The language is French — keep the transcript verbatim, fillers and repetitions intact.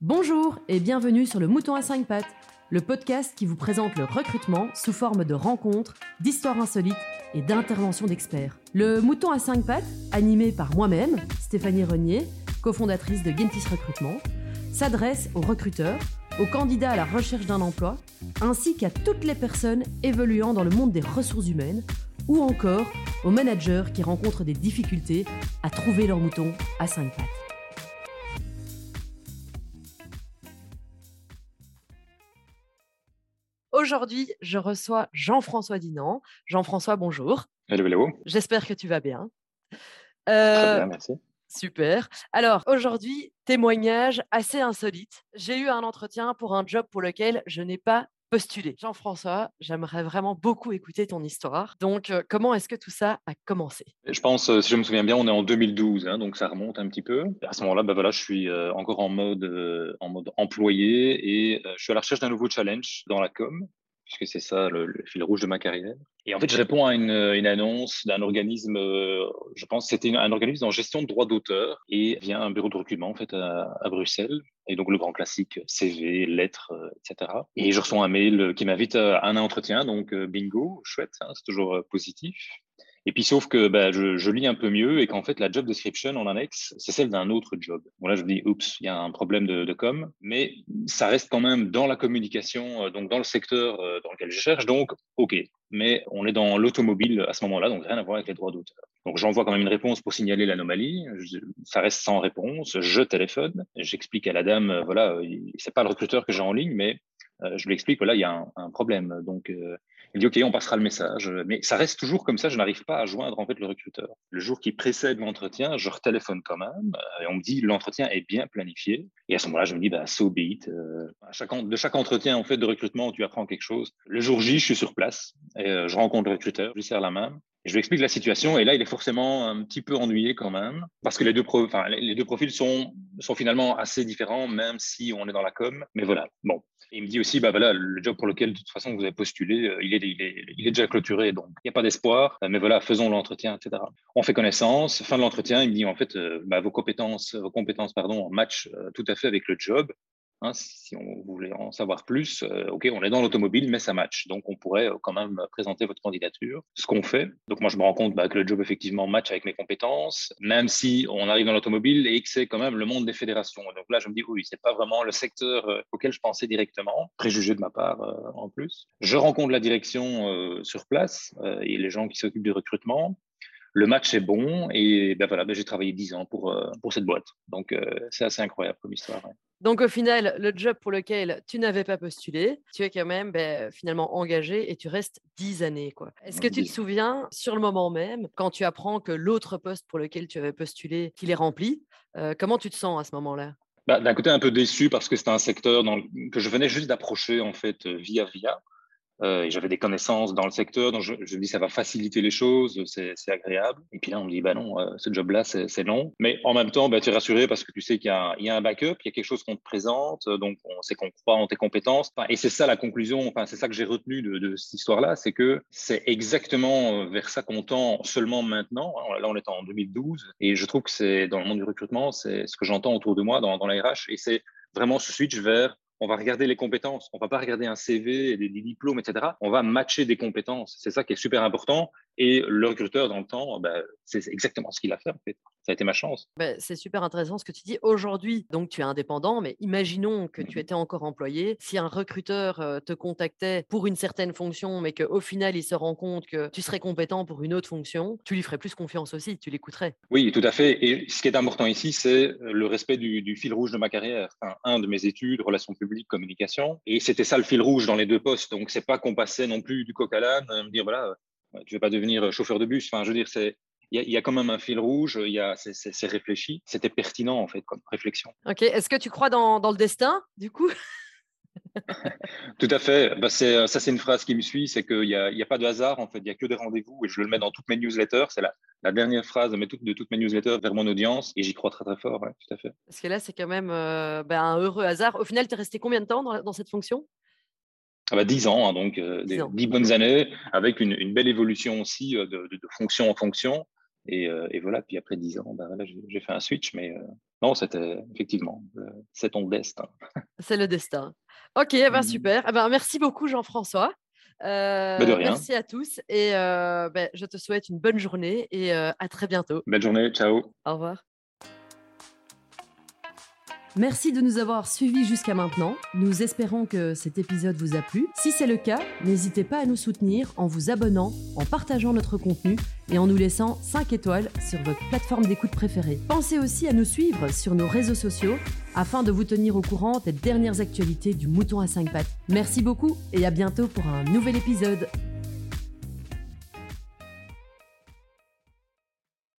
Bonjour et bienvenue sur le Mouton à cinq pattes, le podcast qui vous présente le recrutement sous forme de rencontres, d'histoires insolites et d'interventions d'experts. Le Mouton à cinq pattes, animé par moi-même, Stéphanie Renier, cofondatrice de Gentis Recrutement, s'adresse aux recruteurs, aux candidats à la recherche d'un emploi, ainsi qu'à toutes les personnes évoluant dans le monde des ressources humaines, ou encore aux managers qui rencontrent des difficultés à trouver leur mouton à cinq pattes. Aujourd'hui, je reçois Jean-François Dinan. Jean-François, bonjour. Hello, hello. J'espère que tu vas bien. Euh, Très bien, merci. Super. Alors, aujourd'hui, témoignage assez insolite. J'ai eu un entretien pour un job pour lequel je n'ai pas postulé. Jean-François, j'aimerais vraiment beaucoup écouter ton histoire. Donc, euh, comment est-ce que tout ça a commencé ? Je pense, euh, si je me souviens bien, on est en deux mille douze, hein, donc ça remonte un petit peu. À ce moment-là, bah voilà, je suis euh, encore en mode, euh, en mode employé et euh, je suis à la recherche d'un nouveau challenge dans la com, puisque c'est ça le, le fil rouge de ma carrière. Et en fait, je réponds à une, une annonce d'un organisme, euh, je pense que c'était une- un organisme en gestion de droits d'auteur et via un bureau de recrutement en fait à, à Bruxelles. Et donc le grand classique C V, lettres, euh, et cetera. Et je reçois un mail qui m'invite à un entretien, donc euh, bingo, chouette, hein, c'est toujours euh, positif. Et puis, sauf que bah, je, je lis un peu mieux et qu'en fait, la job description en annexe, c'est celle d'un autre job. Bon, là, je me dis, oups, il y a un problème de, de com, mais ça reste quand même dans la communication, euh, donc dans le secteur euh, dans lequel je cherche, donc OK. Mais on est dans l'automobile à ce moment-là, donc rien à voir avec les droits d'auteur. Donc, j'envoie quand même une réponse pour signaler l'anomalie. Je- Ça reste sans réponse. Je téléphone. J'explique à la dame, euh, voilà, euh, c'est pas le recruteur que j'ai en ligne, mais euh, je lui explique, voilà, il y a un, un problème. Donc, euh, il dit, OK, on passera le message. Mais ça reste toujours comme ça, je n'arrive pas à joindre en fait le recruteur. Le jour qui précède l'entretien, je retéléphone quand même euh, et on me dit, l'entretien est bien planifié. Et à ce moment-là, je me dis, bah, so be it. Euh, à chaque, en- de chaque entretien en fait de recrutement, tu apprends quelque chose. Le jour J, je suis sur place et euh, je rencontre le recruteur, je lui serre la main. Et je lui explique la situation et là, il est forcément un petit peu ennuyé quand même parce que les deux, pro enfin, les deux profils sont, sont finalement assez différents, même si on est dans la com. Mais voilà, bon. Et il me dit aussi, bah voilà, le job pour lequel de toute façon vous avez postulé, euh, il, est, il, est, il est déjà clôturé, donc il n'y a pas d'espoir. Euh, mais voilà, faisons l'entretien, et cetera. On fait connaissance. Fin de l'entretien, il me dit en fait, euh, bah, vos compétences, vos compétences, pardon, matchent euh, tout à fait avec le job. Hein, si on voulait en savoir plus, euh, OK, on est dans l'automobile, mais ça match. Donc, on pourrait euh, quand même présenter votre candidature, ce qu'on fait. Donc, moi, je me rends compte bah, que le job, effectivement, match avec mes compétences, même si on arrive dans l'automobile et que c'est quand même le monde des fédérations. Donc là, je me dis, oui, c'est pas vraiment le secteur euh, auquel je pensais directement, préjugé de ma part euh, en plus. Je rencontre la direction euh, sur place euh, et les gens qui s'occupent du recrutement. Le match est bon et ben voilà, ben j'ai travaillé dix ans pour, euh, pour cette boîte. Donc, euh, c'est assez incroyable comme histoire. Ouais. Donc, au final, le job pour lequel tu n'avais pas postulé, tu es quand même ben, finalement engagé et tu restes dix années, quoi. Est-ce que tu te dix ans. souviens, sur le moment même, quand tu apprends que l'autre poste pour lequel tu avais postulé, qu'il est rempli, euh, comment tu te sens à ce moment-là ? Bah, d'un côté, un peu déçu parce que c'était un secteur dans le- que je venais juste d'approcher en fait euh, via via. Euh, et j'avais des connaissances dans le secteur, donc je, je me dis ça va faciliter les choses, c'est, c'est agréable. Et puis là, on me dit bah non, euh, ce job-là, c'est, c'est long. Mais en même temps, bah, tu es rassuré parce que tu sais qu'il y a, un- il y a un backup, il y a quelque chose qu'on te présente, euh, donc on sait qu'on croit en tes compétences. Enfin, et c'est ça la conclusion, enfin c'est ça que j'ai retenu de, de cette histoire-là, c'est que c'est exactement euh, vers ça qu'on tend seulement maintenant. Hein. Là, on est en deux mille douze, et je trouve que c'est dans le monde du recrutement, c'est ce que j'entends autour de moi dans, dans la R H, et c'est vraiment ce switch vers on va regarder les compétences. On va pas regarder un C V et des, des diplômes, et cetera. On va matcher des compétences. C'est ça qui est super important. Et le recruteur, dans le temps, ben, c'est exactement ce qu'il a fait, en fait. Ça a été ma chance. Ben, c'est super intéressant ce que tu dis. Aujourd'hui, donc tu es indépendant, mais imaginons que tu Mhm. étais encore employé. Si un recruteur euh, te contactait pour une certaine fonction, mais qu'au final, il se rend compte que tu serais compétent pour une autre fonction, tu lui ferais plus confiance aussi, tu l'écouterais. Oui, tout à fait. Et ce qui est important ici, c'est le respect du, du fil rouge de ma carrière. Enfin, un de mes études, relations publiques, communication. Et c'était ça le fil rouge dans les deux postes. Donc, c'est pas qu'on passait non plus du coq à l'âne, me dire, voilà, euh, tu veux pas devenir chauffeur de bus. Enfin, je veux dire, c'est, il y a, il y a quand même un fil rouge, il y a, c'est, c'est, c'est réfléchi. C'était pertinent, en fait, comme réflexion. Ok. Est-ce que tu crois dans, dans le destin, du coup? Tout à fait. Bah, c'est, ça, c'est une phrase qui me suit, c'est qu'il n'y a, il y a pas de hasard, en fait, il n'y a que des rendez-vous, et je le mets dans toutes mes newsletters. C'est la, la dernière phrase de, mes, toutes- de toutes mes newsletters vers mon audience, et j'y crois très, très fort, ouais, tout à fait. Parce que là, c'est quand même euh, ben, un heureux hasard. Au final, tu es resté combien de temps dans, dans cette fonction? Ah bah, dix ans, hein, donc euh, Dix des, ans. dix bonnes années, avec une, une belle évolution aussi euh, de, de, de fonction en fonction. Et, euh, et voilà, puis après dix ans, ben voilà, j'ai, j'ai fait un switch, mais euh, non, c'était effectivement, euh, c'est ton destin. C'est le destin. Ok, eh ben, Mhm. super. Eh ben, merci beaucoup Jean-François. Ben de Euh, rien. merci à tous et euh, ben, je te souhaite une bonne journée et euh, à très bientôt. Belle journée, ciao. Au revoir. Merci de nous avoir suivis jusqu'à maintenant. Nous espérons que cet épisode vous a plu. Si c'est le cas, n'hésitez pas à nous soutenir en vous abonnant, en partageant notre contenu et en nous laissant cinq étoiles sur votre plateforme d'écoute préférée. Pensez aussi à nous suivre sur nos réseaux sociaux afin de vous tenir au courant des dernières actualités du Mouton à cinq pattes. Merci beaucoup et à bientôt pour un nouvel épisode.